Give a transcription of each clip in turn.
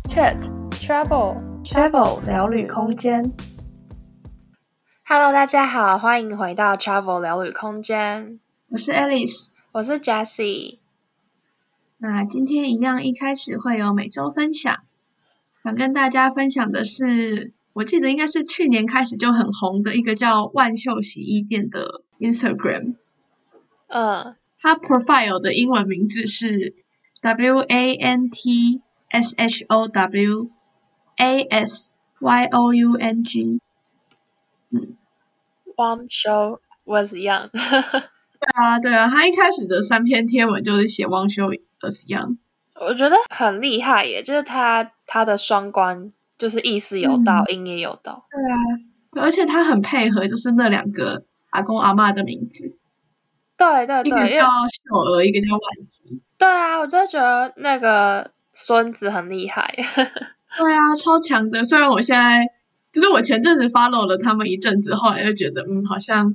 Chat Travel 聊旅空间。 Hello， 大家好，欢迎回到 Travel 聊旅空间。 我是 Alice， 我是 Jessie。 那今天一样，一开始会有每周分享。想跟大家分享的是，我记得应该是去年开始就很红的一个叫万秀洗衣店的 Instagram。它 profile 的英文名字是 WANTSHOWASYOUNG。 One show was young 对啊，他一开始的3篇贴文就是写 One show was young。 我觉得很厉害耶，就是他的双关，就是意思有到，音也有到。 对啊，对，而且他很配合，就是那2个阿公阿嬷的名字。 对， 一个叫秀娥，一个叫万吉。 对啊，我就觉得那个孙子很厉害。 对啊，超强的。虽然我现在就是我前阵子 follow 了他们一阵子，后来就觉得好像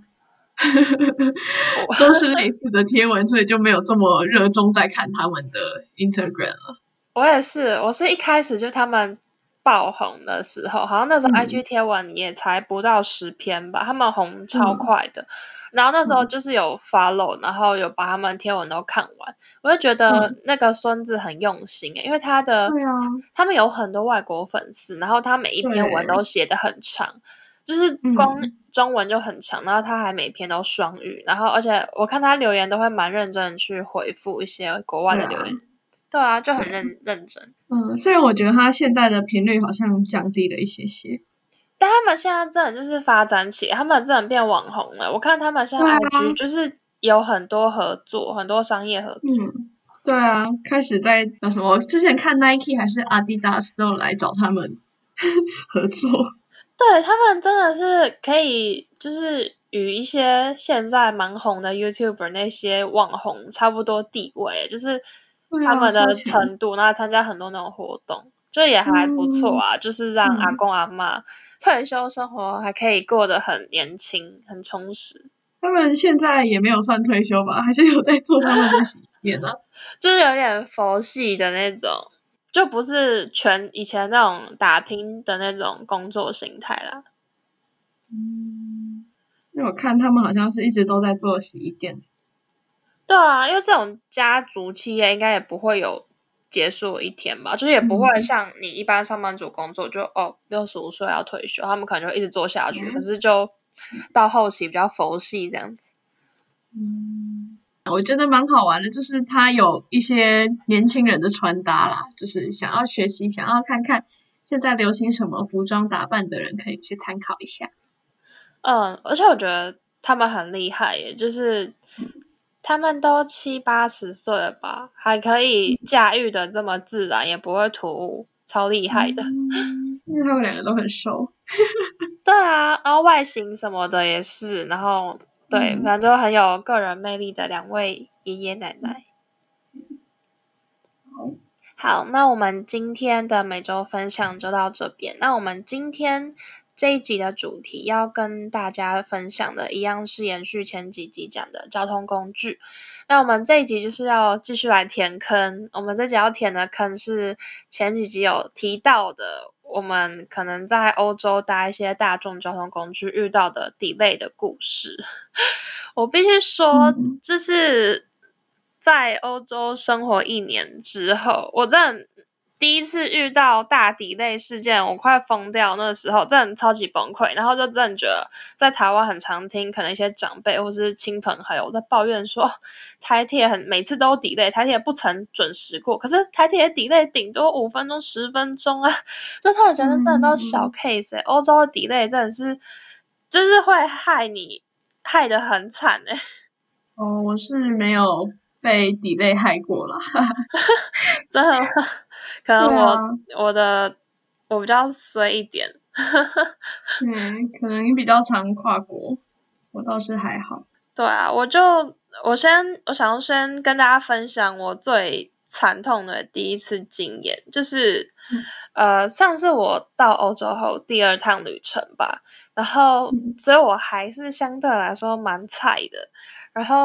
都是类似的贴文，所以就没有这么热衷在看他们的 Instagram 了。 我也是，我是一开始就他们爆红的时候，好像那时候 IG 贴文也才不到10篇吧，他们红超快的。然后那时候就是有 follow，然后有把他们贴文都看完，我就觉得那个孙子很用心因为他们有很多外国粉丝，然后他每一篇文都写得很长，就是光中文就很长，然后他还每篇都双语，然后而且我看他留言都会蛮认真的去回复一些国外的留言。对啊，就很认真。 虽然我觉得他现在的频率好像降低了一些， 但他们现在真的就是发展起来，他们真的变网红了。我看他们现在 IG 就是有很多合作，很多商业合作。 对啊，开始在什么？之前看 Nike 还是 Adidas 都有来找他们合作。 对，他们真的是可以，就是与一些现在蛮红的 YouTuber 那些网红差不多地位，就是他们的程度，然后参加很多那种活动，就也还不错啊。就是让阿公阿嬷退休生活还可以过得很年轻、很充实。 他们现在也没有算退休吧，还是有在做他们的洗衣店啊。 就是有点佛系的那种，就不是以前那种打拼的那种工作形态啦。 因为我看他们好像是一直都在做洗衣店。 对啊，因为这种家族企业应该也不会有结束的一天吧，就是也不会像你一般上班族工作就65岁要退休，他们可能就一直做下去，可是就到后期比较佛系这样子。 我觉得蛮好玩的，就是他有一些年轻人的穿搭啦，就是想要学习、想要看看现在流行什么服装打扮的人可以去参考一下。 而且我觉得他们很厉害耶，就是他们都70、80岁了吧，还可以驾驭的这么自然，也不会突兀，超厉害的。 因为他们2个都很瘦。 对啊，然后外形什么的也是，然后对，反正就很有个人魅力的2位爷爷奶奶。好，那我们今天的每周分享就到这边。那我们今天这一集的主题要跟大家分享的一样是延续前几集讲的交通工具。那我们这一集就是要继续来填坑，我们这集要填的坑是前几集有提到的，我们可能在欧洲搭一些大众交通工具遇到的 delay 的故事。我必须说，就是在欧洲生活1年之后，我真的第一次遇到大delay事件，我快疯掉。那时候真的超级崩溃，然后就真的觉得在台湾很常听，可能一些长辈或是亲朋好友在抱怨说，台铁每次都 delay， 台铁不曾准时过，可是台铁 delay 顶多5分钟、10分钟啊，就他们觉得真的都小 case。欧洲的 delay 真的是，就是会害得很惨我是没有被 delay 害过啦。 真的，可能我比较衰一点。 可能你比较常跨国，我倒是还好。 对啊，我想要先跟大家分享我最惨痛的第一次经验，就是上次我到欧洲后第2趟旅程吧，然后所以我还是相对来说蛮菜的，然后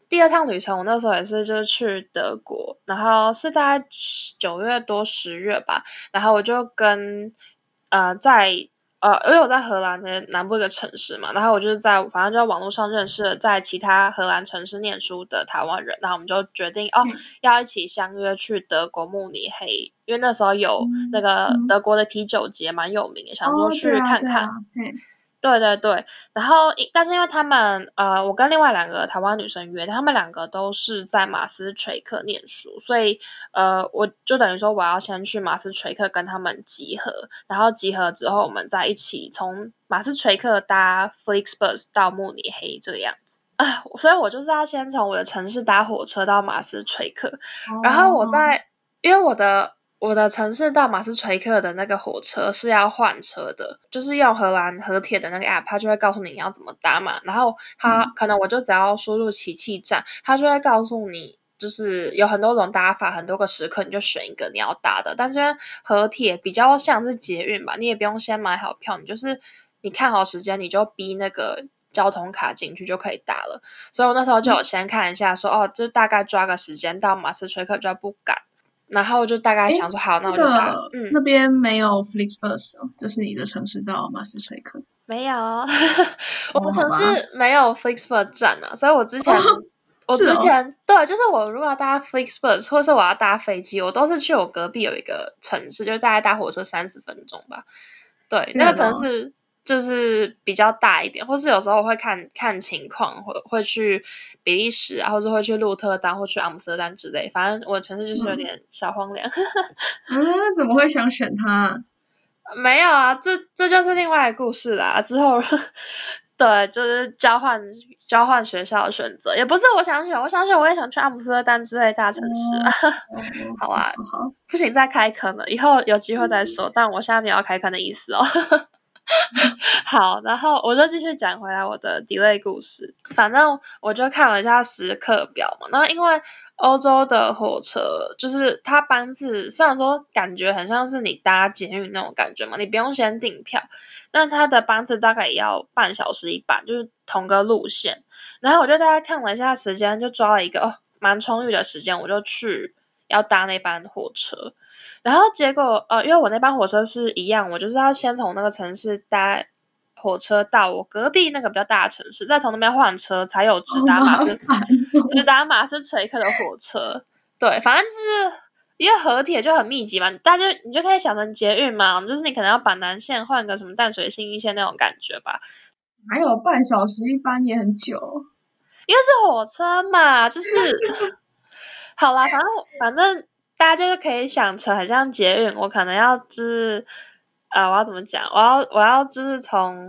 第二趟旅程我那时候也是就是去德国，然后是大概9月多10月吧，然后我就跟因为我在荷兰的南部一个城市嘛，然后我就是反正就在网络上认识了在其他荷兰城市念书的台湾人，然后我们就决定要一起相约去德国慕尼黑，因为那时候有那个德国的啤酒节蛮有名的，想说去看看。对对对，然后但是因为他们我跟另外2个台湾女生约，他们2个都是在马斯垂克念书，所以我就等于说我要先去马斯垂克跟他们集合，然后集合之后我们再一起从马斯垂克搭 Flixbus 到慕尼黑这个样子所以我就是要先从我的城市搭火车到马斯垂克，然后因为我的城市到马斯垂克的那个火车是要换车的，就是用荷兰和铁的那个 app， 它就会告诉你要怎么搭嘛。然后可能我就只要输入奇气站，它就会告诉你，就是有很多种搭法，很多个时刻你就选一个你要搭的。但是因为和铁比较像是捷运吧，你也不用先买好票，你看好时间你就逼那个交通卡进去就可以搭了。所以我那时候就有先看一下说，就大概抓个时间到马斯垂克比较不赶。然后就大概想说好，那我就搭。 那边没有 Flixbus 哦，就是你的城市到马斯垂克没有，我们城市没有 Flixbus 站啊，所以我之前对，就是我如果要搭 Flixbus 或是我要搭飞机，我都是去我隔壁有一个城市，就是大概搭火车30分钟吧。对，那个城市就是比较大一点，或是有时候我会看情况，会去比利时啊，或者会去鹿特丹或去阿姆斯特丹之类。反正我的城市就是有点小荒凉。 怎么会想选它？ 没有啊，这就是另外的故事啦。之后对，就是交换学校的选择，也不是我想选，我也想去阿姆斯特丹之类大城市啊。好啊，不行再开坑了，以后有机会再说。但我现在没有要开坑的意思哦。好，然后我就继续讲回来我的 delay 故事。反正我就看了一下时刻表嘛，那因为欧洲的火车就是它班次，虽然说感觉很像是你搭捷运那种感觉嘛，你不用先订票，但它的班次大概也要半小时一班，就是同个路线。然后我就大概看了一下时间，就抓了一个蛮充裕的时间，我就去要搭那班火车。然后结果因为我那班火车是一样，我就是要先从那个城市搭火车到我隔壁那个比较大的城市，再从那边换车才有直达马斯垂克的火车。对，反正就是因为和铁就很密集嘛，你就可以想成捷运嘛，就是你可能要板南线换个什么淡水信义线那种感觉吧。 还有半小时一班也很久， 因为是火车嘛，就是好啦，反正大家就是可以想成很像捷运，我可能要就是我要怎么讲？我要就是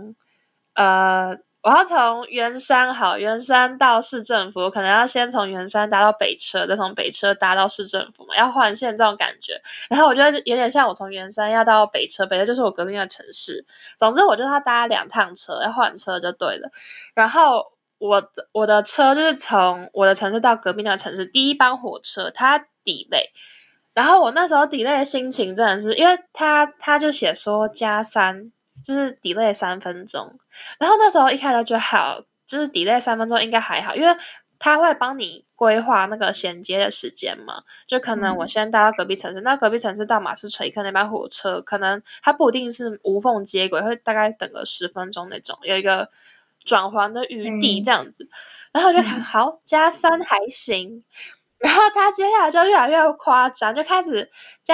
我要从圆山到市政府，我可能要先从圆山搭到北车，再从北车搭到市政府嘛，要换线这种感觉。然后我觉得有点像我从圆山要到北车，北车就是我隔壁的城市。总之我就是要搭2趟车，要换车就对了。然后我的车就是从我的城市到隔壁那个城市，第一班火车它 delay，然后我那时候 delay 的心情真的是，因为他就写说+3，就是 delay 3分钟，然后那时候一开始觉得好，就是 delay 3分钟应该还好，因为他会帮你规划那个衔接的时间嘛，就可能我先搭到隔壁城市，那隔壁城市到马斯垂克那班火车，可能它不一定是无缝接轨，会大概等个10分钟那种，有一个转换的余地这样子，然后我就看好+3还行。然后他接下来就越来越夸张，就开始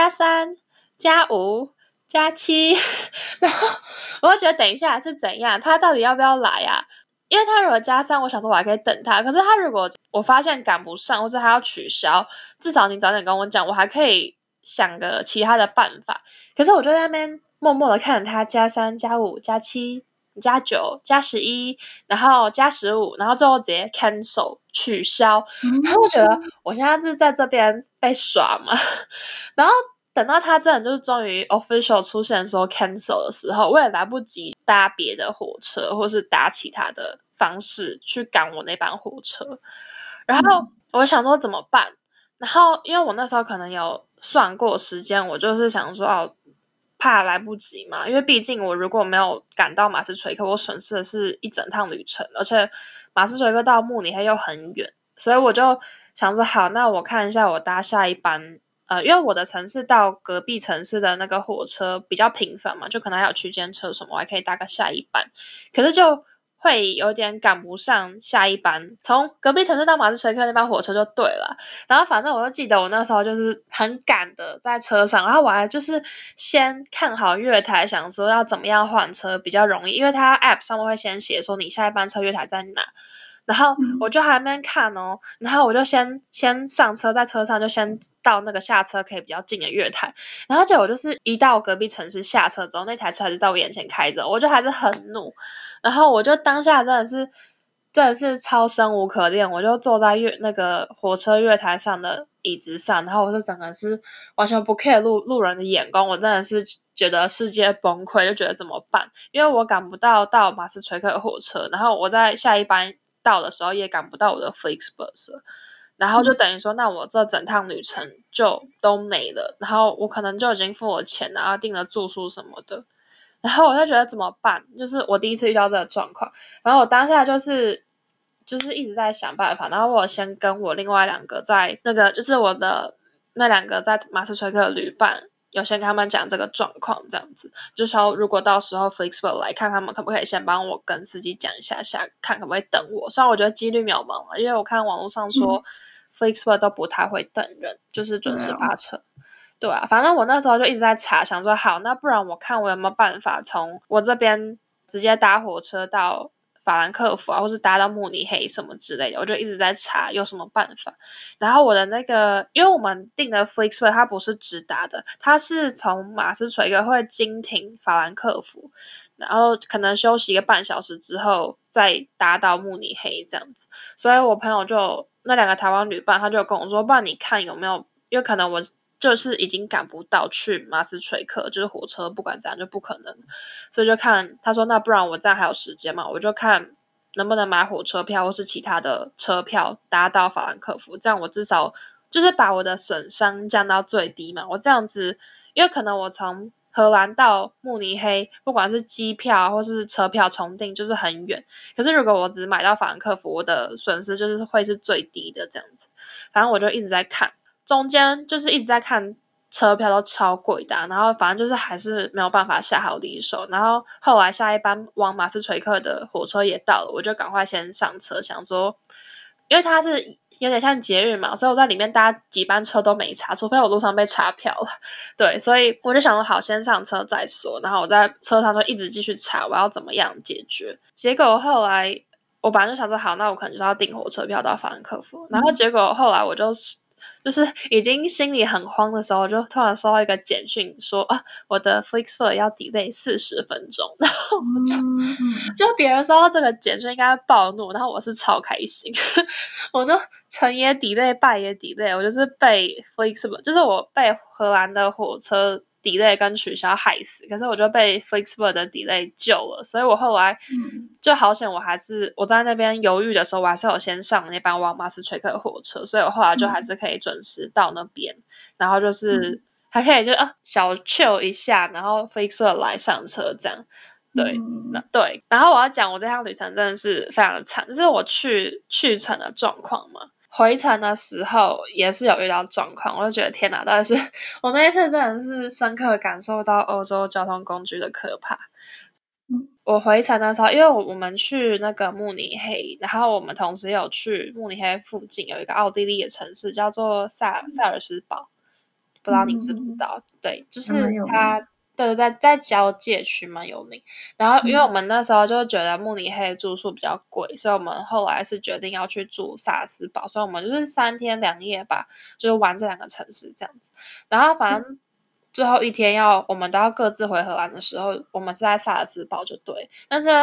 +3、+5、+7，然后我就觉得等一下是怎样，他到底要不要来啊？因为他如果+3，我想说我还可以等他，可是他如果我发现赶不上，或是他要取消，至少你早点跟我讲，我还可以想个其他的办法。可是我就在那边默默的看着他+3、+5、+7。+9、+11，然后+15，然后最后直接 cancel 取消，然后我觉得我现在是在这边被耍嘛，然后等到他真的就是终于 official 出现说 cancel 的时候，我也来不及搭别的火车或是搭其他的方式去赶我那班火车，然后我想说怎么办，然后因为我那时候可能有算过时间，我就是想说怕来不及嘛，因为毕竟我如果没有赶到马斯垂克，我损失的是一整趟旅程，而且马斯垂克到慕尼黑又很远， 所以我就想说好，那我看一下我搭下一班因为我的城市到隔壁城市的那个火车比较频繁嘛，就可能还有区间车什么，我还可以搭个下一班，可是就会有点赶不上下一班，从隔壁城市到马斯垂克那班火车就对了。然后反正我就记得我那时候就是很赶的在车上，然后我还就是先看好月台，想说要怎么样换车比较容易，因为它 App 上面会先写说你下一班车月台在哪。然后我就还没看哦，然后我就先上车，在车上就先到那个下车可以比较近的月台，然后结果我就是一到隔壁城市下车之后，那台车还是在我眼前开着，我就还是很怒，然后我就当下真的是超生无可恋，我就坐在那个火车月台上的椅子上，然后我就整个是完全不 care 路人的眼光，我真的是觉得世界崩溃，就觉得怎么办？因为我赶不到马斯垂克的火车，然后我在下一班到的时候也赶不到我的 Flixbus 了，然后就等于说，那我这整趟旅程就都没了，然后我可能就已经付了钱，然后订了住宿什么的，然后我就觉得怎么办？就是我第一次遇到这个状况，然后我当下就是一直在想办法，然后我先跟我另外两个在那个就是我的那两个在马斯垂克的旅伴，有先跟他们讲这个状况，这样子，就说如果到时候 Flixbus 来看，他们可不可以先帮我跟司机讲一下，看可不可以等我。虽然我觉得几率渺茫嘛，因为我看网络上说Flixbus 都不太会等人，就是准时发车。对啊，反正我那时候就一直在查，想说好，那不然我看我有没有办法从我这边直接搭火车到法兰克福啊，或是搭到慕尼黑什么之类的，我就一直在查有什么办法。然后我的那个，因为我们订的 Flixbus 它不是直达的，它是从马斯垂克会经停法兰克福，然后可能休息一个半小时之后再搭到慕尼黑这样子。所以我朋友就那两个台湾旅伴，他就跟我说，不然你看有没有，因为可能我就是已经赶不到去马斯垂克，就是火车不管怎样就不可能，所以就看他说那不然我这样还有时间嘛，我就看能不能买火车票或是其他的车票搭到法兰克福，这样我至少就是把我的损伤降到最低嘛。我这样子，因为可能我从荷兰到慕尼黑，不管是机票或是车票重订，就是很远。可是如果我只买到法兰克福，我的损失就是会是最低的这样子。反正我就一直在看。中间就是一直在看车票都超贵的然后反正就是还是没有办法下好离手，然后后来下一班往马斯垂克的火车也到了，我就赶快先上车，想说，因为它是有点像捷运嘛，所以我在里面搭几班车都没查，除非我路上被查票了，对，所以我就想说好，先上车再说，然后我在车上就一直继续查我要怎么样解决，结果后来我本来就想说好，那我可能就是要订火车票到法兰克福，然后结果后来我就是已经心里很慌的时候，我就突然收到一个简讯说我的 Flixbus 要 delay 40分钟，然后就别人收到这个简讯应该暴怒，然后我是超开心，我就成也 delay 败也 delay， 我就是被 Flixbus 就是我被荷兰的火车 delay 跟取消害死，可是我就被 Flixbus 的 delay 救了，所以我后来就好险，我在那边犹豫的时候，我还是有先上那班往马斯垂克的火车，所以我后来就还是可以准时到那边，然后就是还可以就小 chill 一下，然后 Flixbus 来上车这样。对，对，然后我要讲我这趟旅程真的是非常的惨，就是我去程的状况嘛，回程的时候也是有遇到状况，我就觉得天哪，到底是我那一次真的是深刻感受到欧洲交通工具的可怕。我回程的时候，因为我们去那个慕尼黑，然后我们同时有去慕尼黑附近有一个奥地利的城市叫做塞尔斯堡，不知道你知不知道？对，就是它对在交界区蛮有名。然后因为我们那时候就觉得慕尼黑住宿比较贵，所以我们后来是决定要去住萨尔斯堡，所以我们就是3天2夜吧，就是玩这两个城市这样子。然后反正最后一天我们都要各自回荷兰的时候，我们是在萨尔斯堡就对。但是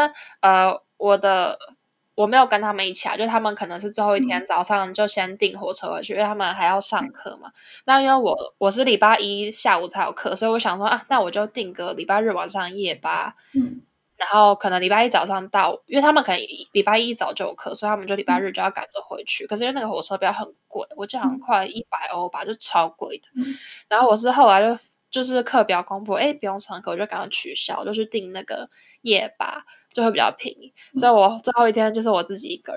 我没有跟他们一起就他们可能是最后一天早上就先订火车回去，因为他们还要上课嘛。那因为我是礼拜一下午才有课，所以我想说那我就订个礼拜日晚上夜巴。然后可能礼拜一早上到，因为他们可能礼拜一早就有课，所以他们就礼拜日就要赶着回去。可是因为那个火车票很贵，我记得好像快100欧吧，就超贵的。然后我是后来就是课表公布，不用上课，我就赶快取消，就去订那个夜巴，就会比较便宜。所以我最后一天就是我自己一个人。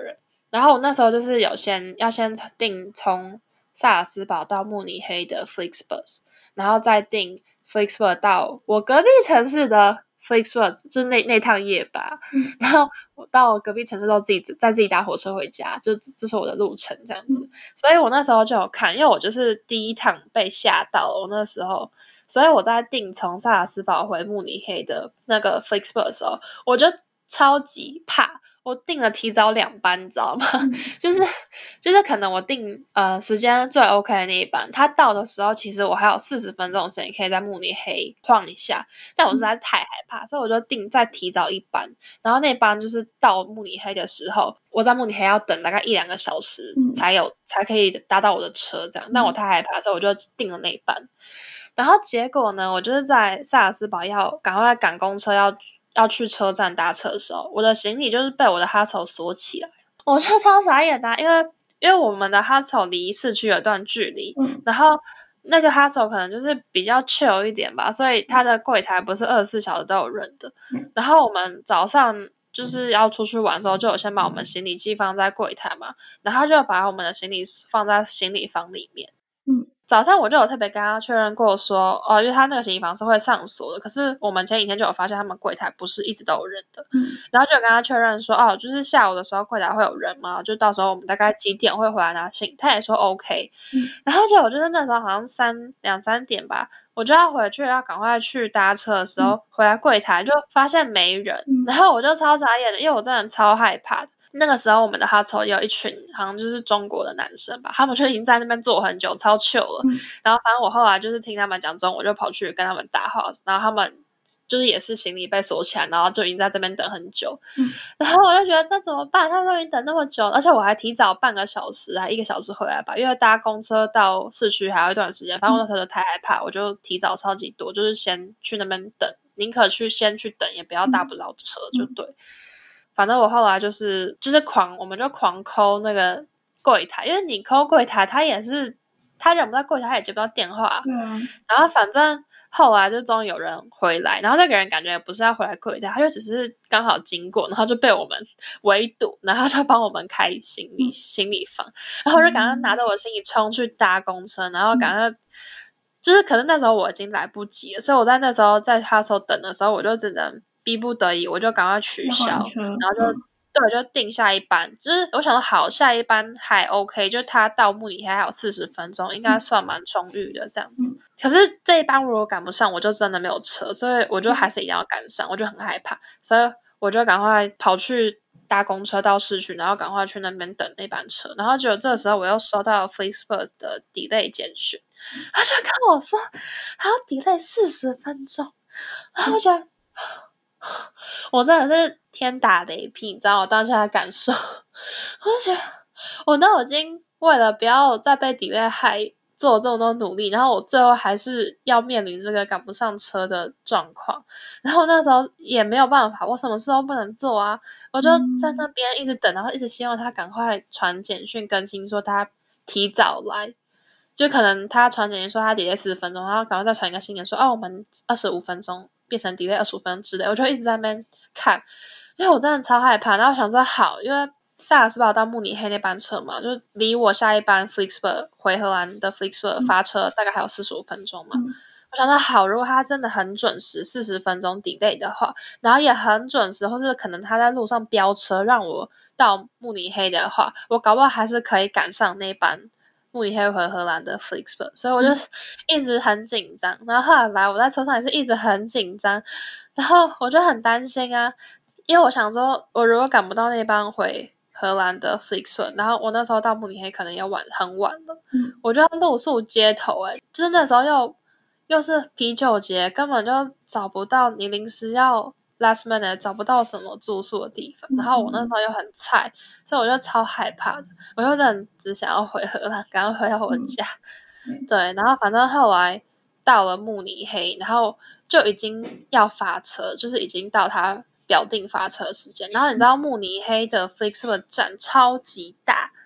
然后我那时候就是要先订从萨尔斯堡到慕尼黑的 Flixbus， 然后再订 Flixbus 到我隔壁城市的 Flixbus， 就是那趟夜巴，然后我到我隔壁城市都自己搭火车回家，这是我的路程这样子。所以我那时候就有看，因为我就是第一趟被吓到了，我那时候。所以我在订从萨尔斯堡回慕尼黑的那个 Flixbus 的时候，我就超级怕，我订了提早2班，你知道吗？就是可能我订时间最 OK 的那一班，它到的时候其实我还有40分钟的时间可以在慕尼黑晃一下，但我实在太害怕，所以我就订再提早1班，然后那班就是到慕尼黑的时候，我在慕尼黑要等大概1-2个小时才可以搭到我的车这样，但我太害怕，所以我就订了那一班。然后结果呢，我就是在萨尔斯堡要赶快赶公车要去车站搭车的时候，我的行李就是被我的 hostel 锁起来，我就超傻眼的因为我们的 hostel 离市区有一段距离，然后那个 hostel 可能就是比较 chill 一点吧，所以它的柜台不是24小时都有人的。然后我们早上就是要出去玩的时候，就有先把我们行李寄放在柜台嘛，然后就把我们的行李放在行李房里面。早上我就有特别跟他确认过说，因为他那个行李房是会上锁的，可是我们前几天就有发现他们柜台不是一直都有人的，然后就有跟他确认说，就是下午的时候柜台会有人吗？就到时候我们大概几点会回来拿行李？他也说 OK，然后结果就是那时候好像2-3点吧，我就要回去要赶快去搭车的时候，回来柜台就发现没人，然后我就超傻眼的，因为我真的超害怕的。那个时候我们的hostel有一群好像就是中国的男生吧，他们就已经在那边坐很久，超 chill 了。然后反正我后来就是听他们讲中文，我就跑去跟他们搭话，然后他们就是也是行李被锁起来，然后就已经在这边等很久。然后我就觉得那怎么办？他们都已经等那么久，而且我还提早半个小时还1个小时回来吧，因为搭公车到市区还有一段时间。反正我那时候就太害怕，我就提早超级多，就是先去那边等，宁可先去等，也不要搭不到车，就对。反正我后来就是我们就狂call那个柜台，因为你call柜台，他人不在柜台，他也接不到电话。然后反正后来就终于有人回来，然后那个人感觉也不是要回来柜台，他就只是刚好经过，然后就被我们围堵，然后他就帮我们开行李房，然后我就赶快拿着我的行李冲去搭公车，然后赶快。就是可能那时候我已经来不及了，所以我在那时候在他手等的时候，我就只能逼不得已，我就赶快取消，然后对，就订下一班。就是我想说好，下一班还 OK，就他到慕尼黑还有40分钟，应该算蛮充裕的这样子。可是这一班如果赶不上，我就真的没有车，所以我就还是一定要赶上，我就很害怕，所以我就赶快跑去搭公车到市区，然后赶快去那边等那班车。然后结果这个时候我又收到 Flixbus 的 delay 简讯。他就跟我说还要 delay 40分钟，然后我觉得我真的是天打雷劈，你知道我当下的感受，我就觉得我都已经为了不要再被 delay 还做这么多努力，然后我最后还是要面临这个赶不上车的状况，然后那时候也没有办法，我什么事都不能做啊，我就在那边一直等，然后一直希望他赶快传简讯更新说他提早来。就可能他传简讯说他 delay 40分钟，然后赶快再传一个新闻说我们25分钟变成 delay 25分钟之类，我就一直在那边看，因为我真的超害怕。然后想说好，因为萨尔斯堡到慕尼黑那班车嘛，就离我下一班 Flixbus 回荷兰的 Flixbus 发车大概还有45分钟嘛。我想说好，如果他真的很准时40分钟 delay 的话，然后也很准时，或是可能他在路上飙车让我到慕尼黑的话，我搞不好还是可以赶上那班慕尼黑回荷兰的 Flixbus， 所以我就一直很紧张。然后后来我在车上也是一直很紧张，然后我就很担心啊，因为我想说，我如果赶不到那班回荷兰的 Flixbus， 然后我那时候到慕尼黑可能也很晚了，我就要露宿街头就是那时候又是啤酒节，根本就找不到，你临时要 last minute 找不到什么住宿的地方，然后我那时候又很菜，所以我就超害怕的，我就真的只想要回荷兰，赶快回到我家。对，然后反正后来到了慕尼黑，然后就已经要发车，就是已经到他表定发车时间。然后你知道慕尼黑的 Flixbus 站超级大，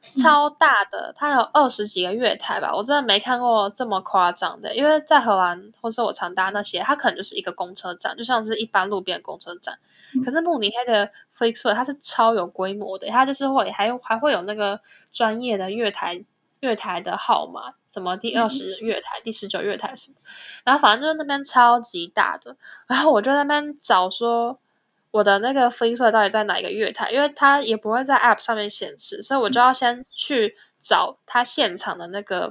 超大的，它有20几个月台吧，我真的没看过这么夸张的。因为在荷兰或是我常搭那些，它可能就是一个公车站，就像是一般路边公车站。可是慕尼黑的 Flixbus 它是超有规模的，它就是还会有那个专业的月台的号码，什么第20月台、第19月台什么，然后反正就是那边超级大的，然后我就在那边找说我的那个 Flixbus 到底在哪一个月台，因为它也不会在 App 上面显示，所以我就要先去找它现场的那个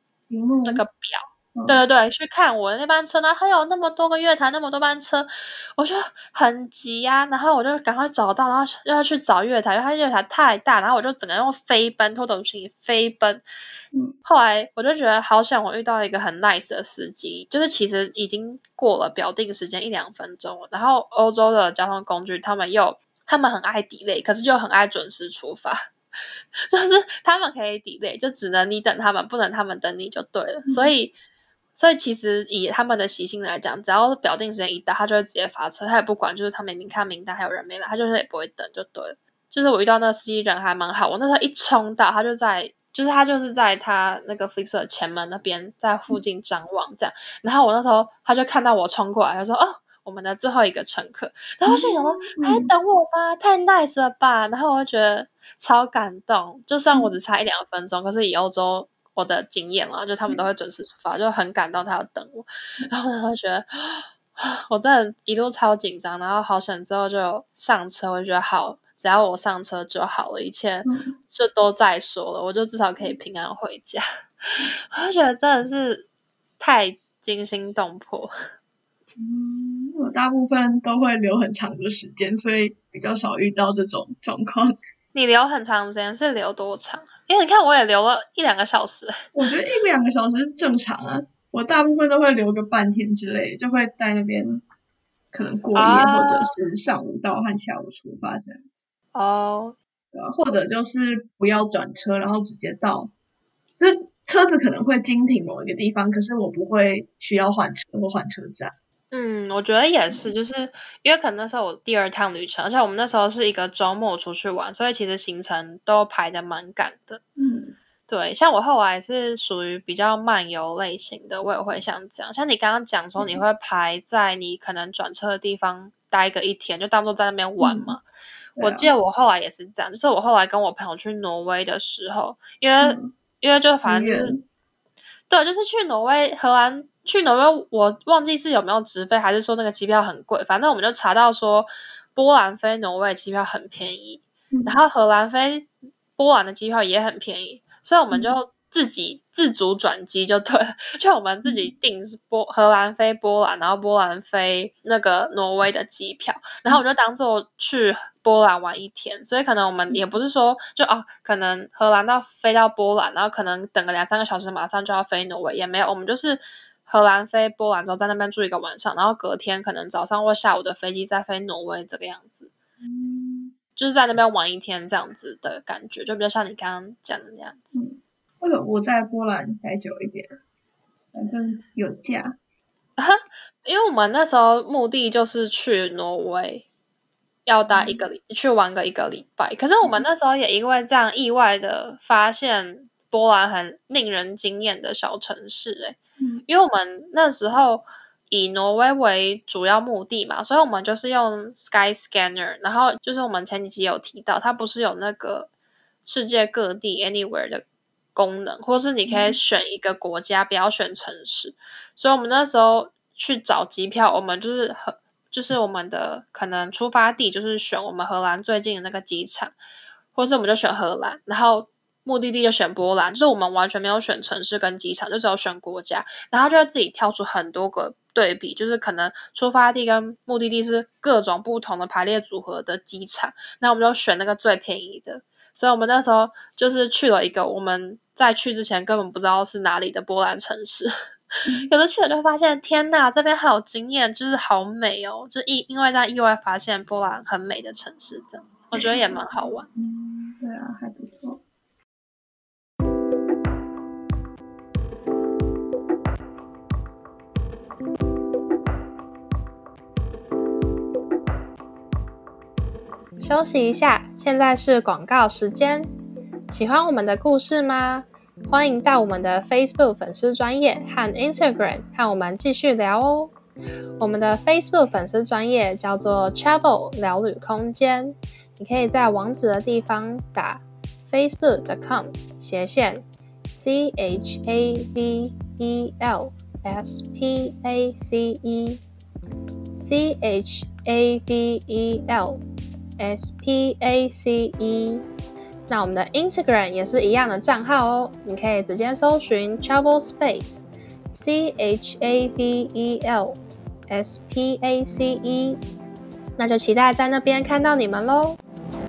表。对对对，去看我的那班车，然后还有那么多个月台，那么多班车，我就很急啊，然后我就赶快找到，然后要去找月台，因为它月台太大，然后我就整个用飞奔，拖着行李飞奔。后来我就觉得好想我遇到一个很 nice 的司机，就是其实已经过了表定时间1-2分钟了，然后欧洲的交通工具他们很爱 delay， 可是就很爱准时出发。就是他们可以 delay， 就只能你等他们，不能他们等你就对了。所以其实以他们的习性来讲，只要表定时间一到，他就会直接发车，他也不管，就是他明明看名单还有人没来，他就是也不会等就对了。就是我遇到那个司机人还蛮好，我那时候一冲到，他就是在他那个 Flixbus 前门那边，在附近张望这样。然后我那时候他就看到我冲过来，他说：“哦，我们的最后一个乘客。”然后我心想说：“还等我吗？太 nice 了吧！”然后我就觉得超感动，就算我只差1-2分钟，可是以欧洲我的经验啦，就他们都会准时出发，就很感动他要等我。然后我就觉得我真的一路超紧张，然后好险之后就上车，我就觉得好，只要我上车就好了，一切就都再说了，我就至少可以平安回家。我就觉得真的是太惊心动魄。 我大部分都会留很长的时间，所以比较少遇到这种状况。 你留很长时间是留多长？因为你看我也留了1-2个小时。 我觉得1-2个小时是正常啊，我大部分都会留个半天之类的，就会在那边可能过夜，或者是上午到和下午出发这样子。或者就是不要转车，然后直接到，就是车子可能会经停某一个地方，可是我不会需要换车或换车站。 我觉得也是，就是因为可能那时候我第2趟旅程，而且我们那时候是一个周末出去玩，所以其实行程都排得蛮赶的。对，像我后来是属于比较漫游类型的，我也会像这样。像你刚刚讲说，你会排在你可能转车的地方待个1天，就当做在那边玩嘛。我记得我后来也是这样，就是我后来跟我朋友去挪威的时候，因为就反正就是对，就是去挪威、荷兰。去挪威我忘记是有没有直飞，还是说那个机票很贵，反正我们就查到说波兰飞挪威的机票很便宜，然后荷兰飞波兰的机票也很便宜，所以我们就自主转机就对了，就我们自己订荷兰飞波兰，然后波兰飞那个挪威的机票，然后我就当做去波兰玩1天，所以可能我们也不是说就可能荷兰飞到波兰，然后可能等个2-3个小时马上就要飞挪威，也没有，我们就是荷兰飞波兰之后在那边住1个晚上，然后隔天可能早上或下午的飞机再飞挪威，这个样子。就是在那边玩1天这样子的感觉，就比较像你刚刚讲的那样子。 为什么我在波兰待久一点？反正有假。 因为我们那时候目的就是去挪威，要待去玩个1个礼拜。可是我们那时候也因为这样意外的发现波兰很令人惊艳的小城市因为我们那时候以挪威为主要目的嘛，所以我们就是用 Skyscanner， 然后就是我们前几集有提到，它不是有那个世界各地 anywhere 的功能，或是你可以选一个国家，不要选城市。所以我们那时候去找机票，我们就是我们的可能出发地就是选我们荷兰最近的那个机场，或是我们就选荷兰，然后目的地就选波兰，就是我们完全没有选城市跟机场，就只有选国家，然后就会自己挑出很多个对比，就是可能出发地跟目的地是各种不同的排列组合的机场，那我们就选那个最便宜的。所以我们那时候就是去了一个我们在去之前根本不知道是哪里的波兰城市，有的去了就发现天哪，这边好惊艳，就是好美哦，就因为这样意外发现波兰很美的城市，这样子我觉得也蛮好玩。 对啊，还不错。 休息一下，现在是广告时间。 喜欢我们的故事吗？欢迎到我们的 Facebook 粉丝专页和 Instagram 和我们继续聊哦。我们的 Facebook 粉丝专页叫做 Travel 聊旅空间，你可以在网址的地方打 facebook.com/CHAVELSPACE。那我们的 Instagram 也是一样的账号哦，你可以直接搜寻 Travel Space CHAVELSPACE， 那就期待在那边看到你们咯。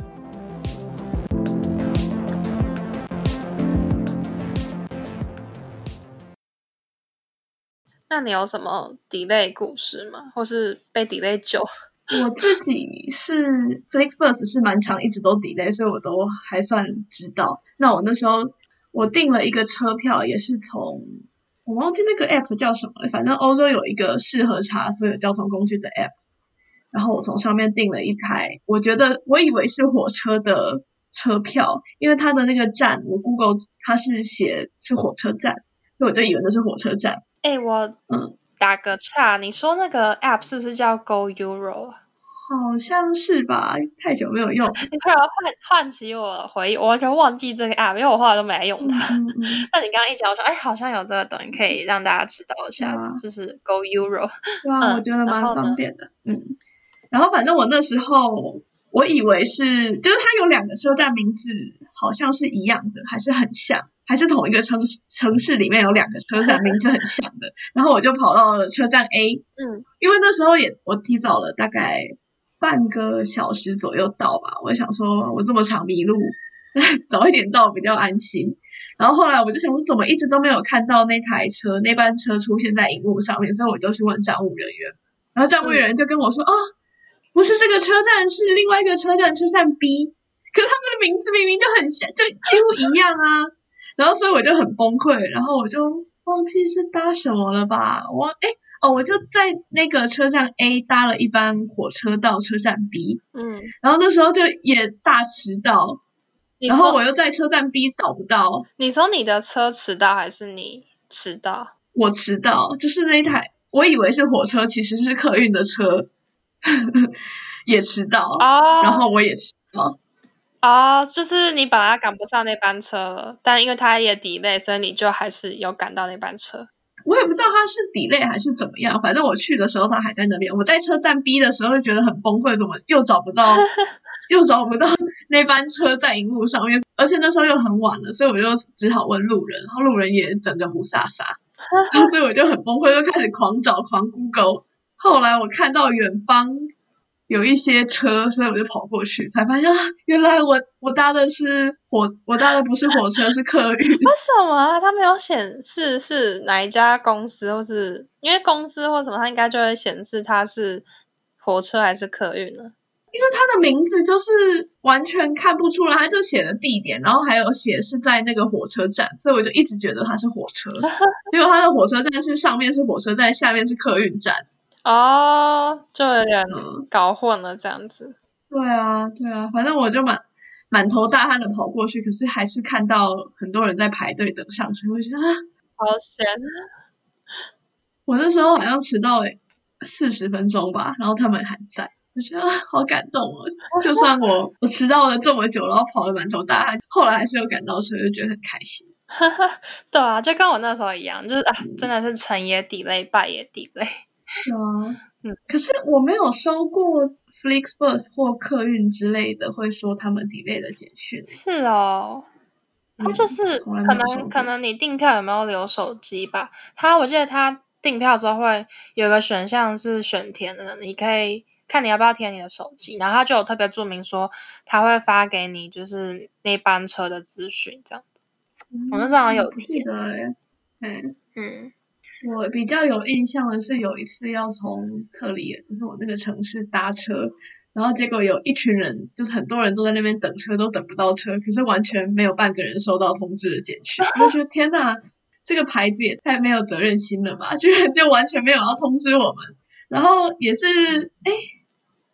那你有什么 delay 故事吗？或是被 delay 久？ 我自己是 Flixbus 是蛮长，一直都 delay， 所以我都还算知道。那我那时候我订了一个车票，也是从我忘记那个 app 叫什么了，反正欧洲有一个适合查所有交通工具的 app， 然后我从上面订了一台，我以为是火车的车票，因为它的那个站我 Google 它是写是火车站，所以我就以为那是火车站。 我打个岔，你说那个 app 是不是叫 Go Euro 啊？ 好像是吧，太久没有用。 你突然唤起我的回忆，我完全忘记这个 app， 因为我后来都没来用它。那你刚刚一讲，我说好像有这个东西可以让大家知道一下，就是 Go Euro。 对啊，我觉得蛮方便的。然后反正我那时候我以为是，就是它有2个车站名字好像是一样的，还是很像，还是同一个城市里面有2个车站名字很像的。然后我就跑到了车站 A， 因为那时候我提早了大概半个小时左右到吧，我想说我这么长迷路，早一点到比较安心。然后后来我就想说怎么一直都没有看到那班车出现在荧幕上面，所以我就去问站务人员，然后站务人员就跟我说不是这个车站，是另外一个车站B， 可是他们的名字明明就很像，就几乎一样啊。然后所以我就很崩溃，然后我就忘记是搭什么了吧，我就在那个车站 A 搭了一班火车到车站 B， 然后那时候就也大迟到，然后我又在车站 B 找不到。 你说你的车迟到还是你迟到？ 我迟到，就是那一台我以为是火车，其实是客运的车也迟到，然后我也迟到。 就是你本来赶不上那班车了，但因为它也 delay， 所以你就还是有赶到那班车。 我也不知道他是 delay 还是怎么样，反正我去的时候他还在那边。我在车站 B 的时候就觉得很崩溃，怎么又找不到那班车在荧幕上面，而且那时候又很晚了，所以我就只好问路人，然后路人也整个不飒飒，所以我就很崩溃，就开始狂找狂 Google。后来我看到远方有一些车，所以我就跑过去，才发现原来我搭的不是火车，是客运。 为什么啊？它没有显示是哪一家公司，或是因为公司或什么，它应该就会显示它是火车还是客运呢？ 因为它的名字就是完全看不出来，它就写了地点，然后还有写是在那个火车站，所以我就一直觉得它是火车。结果它的火车站是上面是火车站，下面是客运站。 就有点搞混了这样子。 对啊，反正我就满头大汗的跑过去，可是还是看到很多人在排队等上车，我觉得好闲。 我那时候好像迟到了40分钟吧，然后他们还在，我觉得好感动哦。就算我迟到了这么久，然后跑了满头大汗，后来还是有赶到车，就觉得很开心。 对啊，就跟我那时候一样，就是真的是成也delay，败也delay。 可是我没有收过 Flixbus 或客运之类的会说他们 delay 的简讯。 是哦，他就是可能你订票有没有留手机吧？我记得他订票之后会有个选项是选填的，你可以看你要不要填你的手机，然后他就有特别注明说他会发给你就是那班车的资讯这样。我那时候好像有记得我比较有印象的是有一次要从特里尔，就是我那个城市搭车，然后结果有一群人，就是很多人都在那边等车，都等不到车，可是完全没有半个人收到通知的简讯。我就觉得天哪，这个牌子也太没有责任心了吧，居然就完全没有要通知我们。然后也是后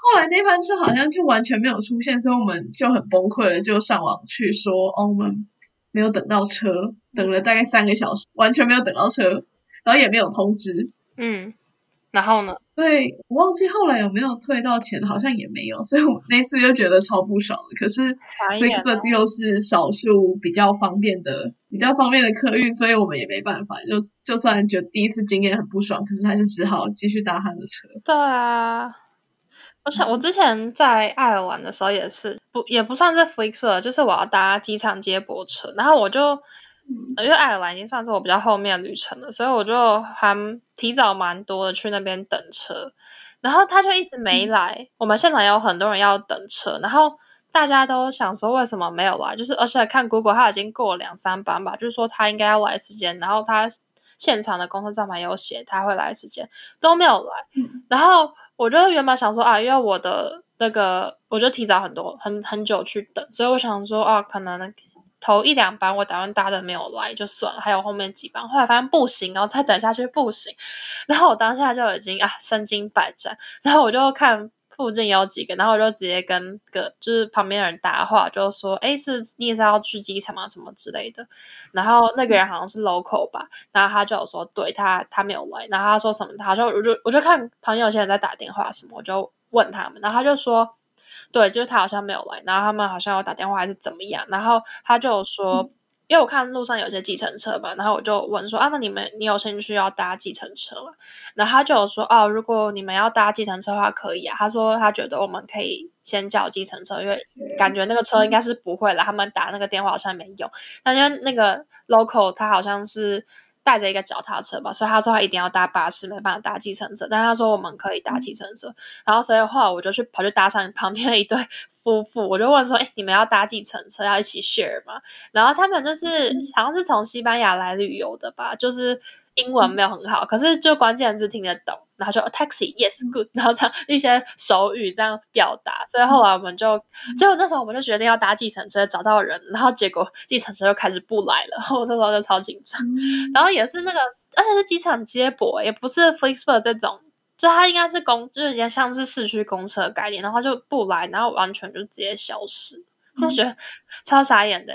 后来那班车好像就完全没有出现，所以我们就很崩溃了，就上网去说我们没有等到车，等了大概3个小时，完全没有等到车，然后也没有通知。 然后呢？ 对，我忘记后来有没有退到钱，好像也没有，所以我那次就觉得超不爽的。可是 FlixBus 又是少数比较方便的客运，所以我们也没办法，就算觉得第一次经验很不爽，可是还是只好继续搭他的车。 对啊，我之前在爱尔兰的时候也不算是 FlixBus，就是我要搭机场接驳车，然后我就因为爱尔兰已经算是我比较后面的旅程了，所以我就还提早蛮多的去那边等车，然后他就一直没来。我们现场有很多人要等车，然后大家都想说为什么没有来，就是而且看 Google 他已经过了2-3班吧，就是说他应该要来时间，然后他现场的公车站牌有写他会来时间，都没有来。然后我就原本想说因为我的那个我就提早很久去等，所以我想说可能头1-2班我打算搭的没有来就算了，还有后面几班，后来发现不行，然后再等下去不行，然后我当下就已经身经百战，然后我就看附近有几个，然后我就直接跟就是旁边的人搭话，就说你也是要去机场吗什么之类的，然后那个人好像是 local 吧，然后他就有说对他没有来，然后他说什么，我就看旁边有些人在打电话什么，我就问他们，然后他就说对，就是他好像没有来，然后他们好像有打电话还是怎么样，然后他就说因为我看路上有些计程车嘛，然后我就问说那你有兴趣要搭计程车吗？然后他就有说如果你们要搭计程车的话可以他说他觉得我们可以先叫计程车，因为感觉那个车应该是不会来，他们打那个电话好像没用，但因为那个 local 他好像是带着一个脚踏车吧，所以他说他一定要搭巴士，没办法搭计程车，但他说我们可以搭计程车，然后所以后来我就跑去搭上旁边的一对夫妇，我就问说你们要搭计程车要一起 share 吗？然后他们就是好像是从西班牙来旅游的吧，就是英文没有很好，可是就关键字听得懂，然后就taxi yes good，然后这样一些手语这样表达，所以后来结果那时候我们就决定要搭计程车找到人，然后结果计程车就开始不来了，然后我那时候就超紧张，然后也是而且是机场接驳，也不是 FlixBus 这种。就它应该是就是也像是市区公车的概念，然后就不来，然后完全就直接消失，就觉得超傻眼的。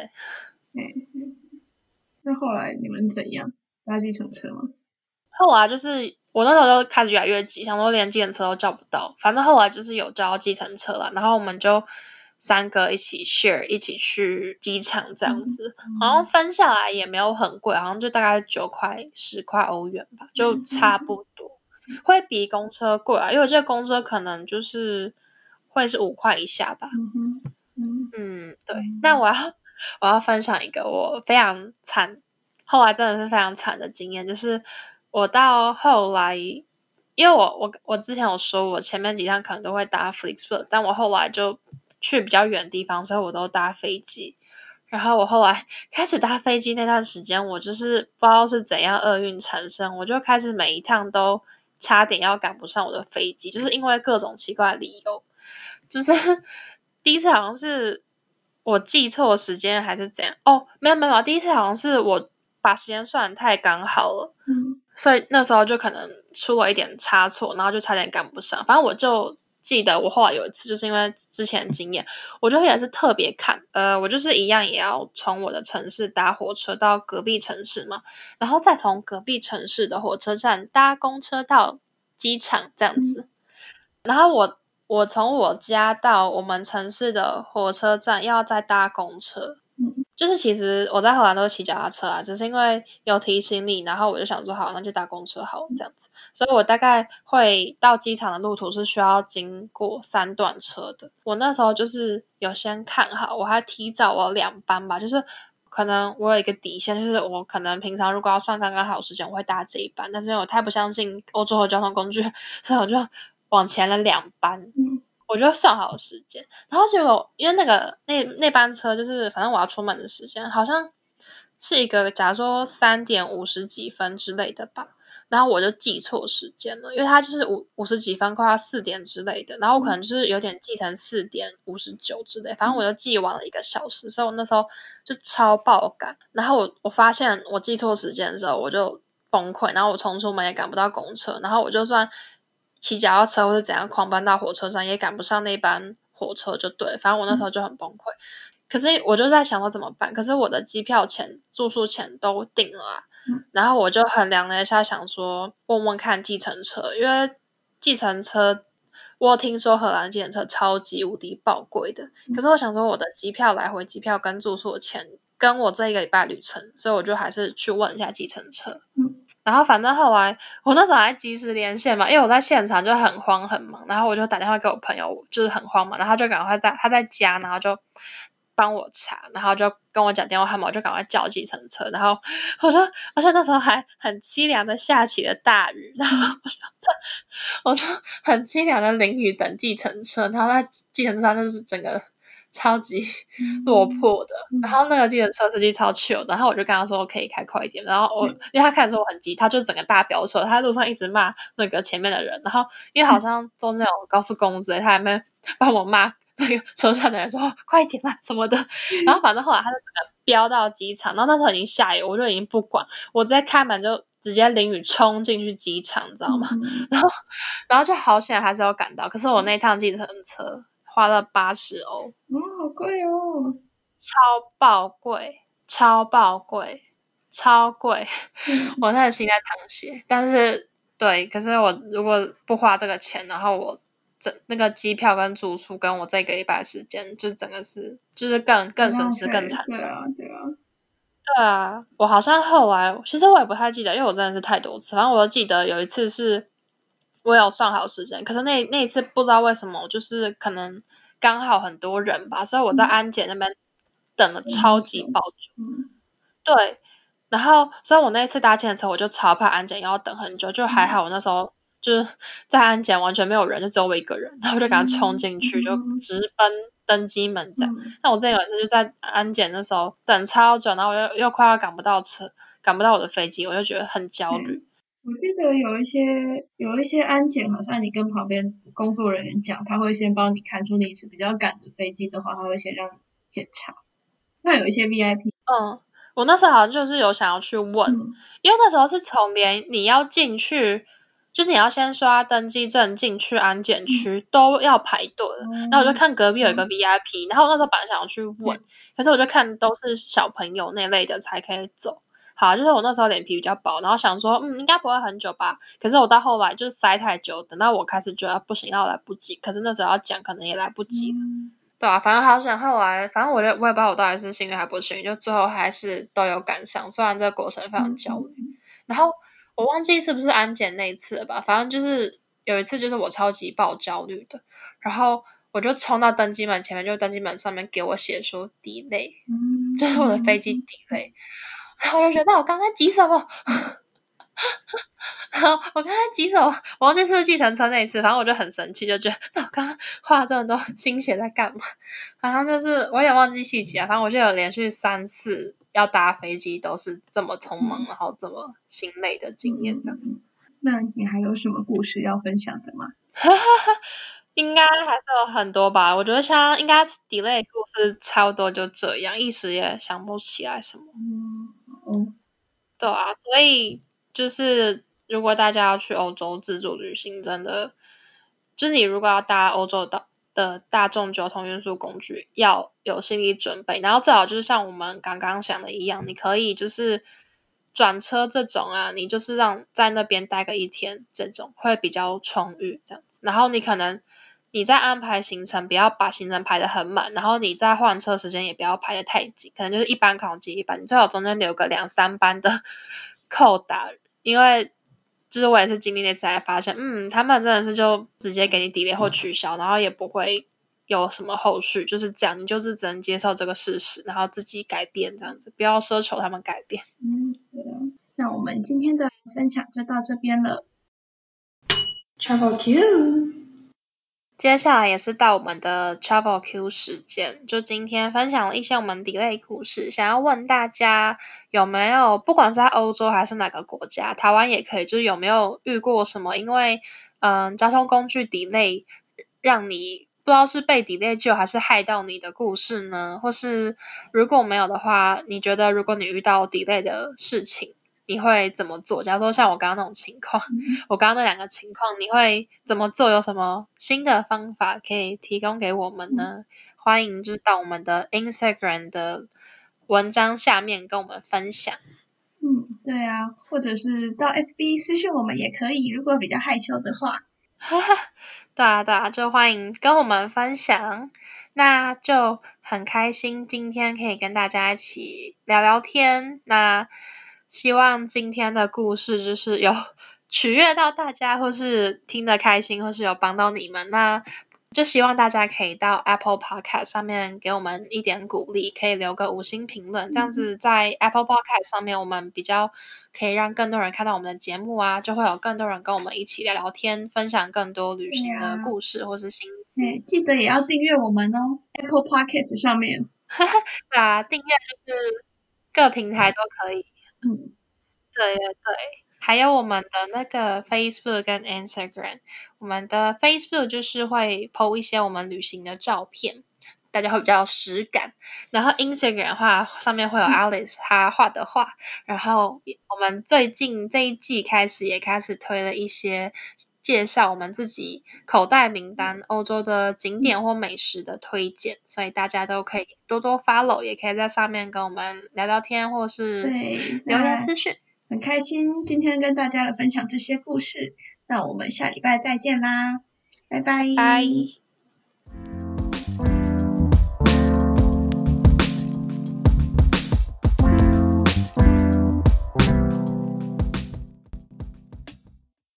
那后来你们怎样？搭计程车吗？ 后来就是我那时候就开始越来越急，想说连计程车都叫不到，反正后来就是有叫计程车了，然后我们就3个一起 share 一起去机场这样子，好像分下来也没有很贵，好像就大概9块10块欧元吧，就差不多，会比公车贵因为我觉得公车可能就是会是5块以下吧。对，那我要分享一个我非常惨，后来真的是非常惨的经验，就是我到后来，因为我之前有说我前面几趟可能都会搭 FlixBus，但我后来就去比较远的地方，所以我都搭飞机。然后我后来开始搭飞机那段时间，我就是不知道是怎样厄运产生，我就开始每一趟都差点要赶不上我的飞机，就是因为各种奇怪的理由。就是第一次好像是我记错时间还是怎样没有，第一次好像是我把时间算得太刚好了，所以那时候就可能出了一点差错，然后就差点赶不上。反正我就记得我后来有一次就是因为之前的经验，我就也是特别看我就是一样也要从我的城市搭火车到隔壁城市嘛，然后再从隔壁城市的火车站搭公车到机场这样子，然后我从我家到我们城市的火车站要再搭公车，就是其实我在荷兰都是骑脚踏车只是因为有提行李，然后我就想说好，那就搭公车好这样子，所以我大概会到机场的路途是需要经过3段车的。我那时候就是有先看好，我还提早了2班吧，就是可能我有一个底线，就是我可能平常如果要算刚刚好时间，我会搭这一班，但是因为我太不相信欧洲的交通工具，所以我就往前了2班。我就算好时间，然后结果因为那班车就是反正我要出门的时间好像是一个假如说3点50几分之类的吧，然后我就记错时间了，因为它就是50几分快要4点之类的，然后我可能就是有点记成4点59之类，反正我就记晚了1个小时，所以我那时候就超爆赶，然后我发现我记错时间的时候我就崩溃，然后我冲出门也赶不到公车，然后我就算骑脚踏车或是怎样狂奔到火车上，也赶不上那班火车就对，反正我那时候就很崩溃。可是我就在想我怎么办，可是我的机票钱、住宿钱都定了啊。然后我就衡量了一下，想说问问看计程车，因为计程车我有听说荷兰计程车超级无敌爆贵的，可是我想说我的机票来回机票跟住宿的钱跟我这一个礼拜旅程，所以我就还是去问一下计程车。然后反正后来我那时候还及时连线嘛，因为我在现场就很慌很忙，然后我就打电话给我朋友，就是很慌嘛，然后他就赶快他在家，然后就帮我查，然后就跟我讲电话号码，我就赶快叫计程车，然后而且那时候还很凄凉的下起了大雨，然后我就很凄凉的淋雨等计程车，然后在计程车上就是整个超级落魄的，然后那个计程车司机超 chill，然后我就跟他说我可以开快一点，然后因为他看出我很急，他就整个大飙车，他在路上一直骂那个前面的人，然后因为好像中间有高速公路之类，他还没帮我骂那个车上的人说快一点啦什么的，然后反正后来他就整个飙到机场，然后那时候已经下雨，我就已经不管，我直接开门就直接淋雨冲进去机场，你知道吗？然后就好险还是有赶到，可是我那趟计程车花了80欧， 好贵哦， 超爆贵，超爆贵，超贵，我那个心在淌血。但是对，可是我如果不花这个钱，然后我那个机票跟住宿跟我这个礼拜的时间，就整个是就是更损失更惨。 对啊， 对啊，我好像后来其实我也不太记得，因为我真的是太多次，反正我记得有一次是我有算好时间，可是那一次不知道为什么，就是可能刚好很多人吧，所以我在安检那边等了超级爆久。对，然后所以我那一次搭计程车我就超怕安检要等很久，就还好我那时候就是在安检完全没有人，就只有我一个人，然后我就赶快冲进去，就直奔登机门这样。那我之前有一次就在安检的时候等超久，然后我又快要赶不到车，赶不到我的飞机，我就觉得很焦虑。 我记得有一些安检，好像你跟旁边工作人员讲，他会先帮你看出你是比较赶的飞机的话，他会先让你检查。那有一些 VIP， 我那时候好像就是有想要去问，因为那时候是从连你要进去，就是你要先刷登机证进去安检区都要排队了。然后我就看隔壁有一个 VIP，然后我那时候本来想要去问，可是我就看都是小朋友那类的才可以走。好，就是我那时候脸皮比较薄，然后想说，应该不会很久吧。可是我到后来就是塞太久，等到我开始觉得不行，那我来不及。可是那时候要讲，可能也来不及了。对啊，反正好想后来，反正我也不知道我到底是幸运还不幸运，就最后还是都有赶上，虽然这个过程非常焦虑。然后我忘记是不是安检那一次了吧，反正就是有一次就是我超级爆焦虑的，然后我就冲到登机门前面，就登机门上面给我写说 delay，就是我的飞机 delay，然后我就觉得那我刚才急什么？然后我刚才急什么？我忘记是不是计程车那一次，反正我就很生气，就觉得那我刚刚花这么多心血在干嘛？反正就是我也忘记细节啊，反正我就有连续3次要搭飞机都是这么匆忙，然后这么心累的经验的。 那你还有什么故事要分享的吗？ 应该还是有很多吧，我觉得像应该 delay 故事差不多就这样，一时也想不起来什么。对啊，所以就是如果大家要去欧洲自助旅行，真的就是你如果要搭欧洲的大众交通运输工具，要有心理准备，然后最好就是像我们刚刚想的一样，你可以就是转车这种啊，你就是让在那边待个1天，这种会比较充裕这样子。然后你可能你在安排行程，不要把行程排得很满，然后你在换车时间也不要排得太紧，可能就是一班考级一班，你最好中间留个2-3班的扣打，因为就是我也是经历那次才发现，他们真的是就直接给你 delay 或取消，然后也不会有什么后续，就是这样，你就是只能接受这个事实，然后自己改变这样子，不要奢求他们改变。 对啊。那我们今天的分享就到这边了。 Travel Q， 接下来也是到我们的 Travel Q 时间，就今天分享了一些我们 delay 故事，想要问大家有没有，不管是在欧洲还是哪个国家，台湾也可以，就是有没有遇过什么因为交通工具 delay 让你不知道是被 delay 救还是害到你的故事呢？或是如果没有的话，你觉得如果你遇到 delay 的事情， 你会怎么做？假如说像我刚刚那种情况，我刚刚那两个情况，你会怎么做？有什么新的方法可以提供给我们呢？欢迎就是到我们的 Instagram 的文章下面跟我们分享。 对啊，或者是到 FB 私讯我们也可以，如果比较害羞的话。 对啊，就欢迎跟我们分享。那就很开心今天可以跟大家一起聊聊天。那希望今天的故事就是有取悦到大家，或是听得开心，或是有帮到你们。那就希望大家可以到 Apple Podcast 上面给我们一点鼓励，可以留个5星评论，这样子在 Apple Podcast 上面我们比较可以让更多人看到我们的节目啊，就会有更多人跟我们一起聊聊天，分享更多旅行的故事或是心得记得也要订阅我们哦 ，Apple Podcast 上面。 对啊，订阅就是各平台都可以。对，还有我们的那个 Facebook 跟 Instagram， 我们的 Facebook 就是会 po 一些我们旅行的照片，大家会比较有实感。然后 Instagram 的话，上面会有 Alice 她画的画。然后我们最近这一季开始推了一些介绍我们自己口袋名单欧洲的景点或美食的推荐，所以大家都可以多多 follow， 也可以在上面跟我们聊聊天或是留言私讯。 很开心今天跟大家分享这些故事，那我们下礼拜再见啦，拜拜。 拜。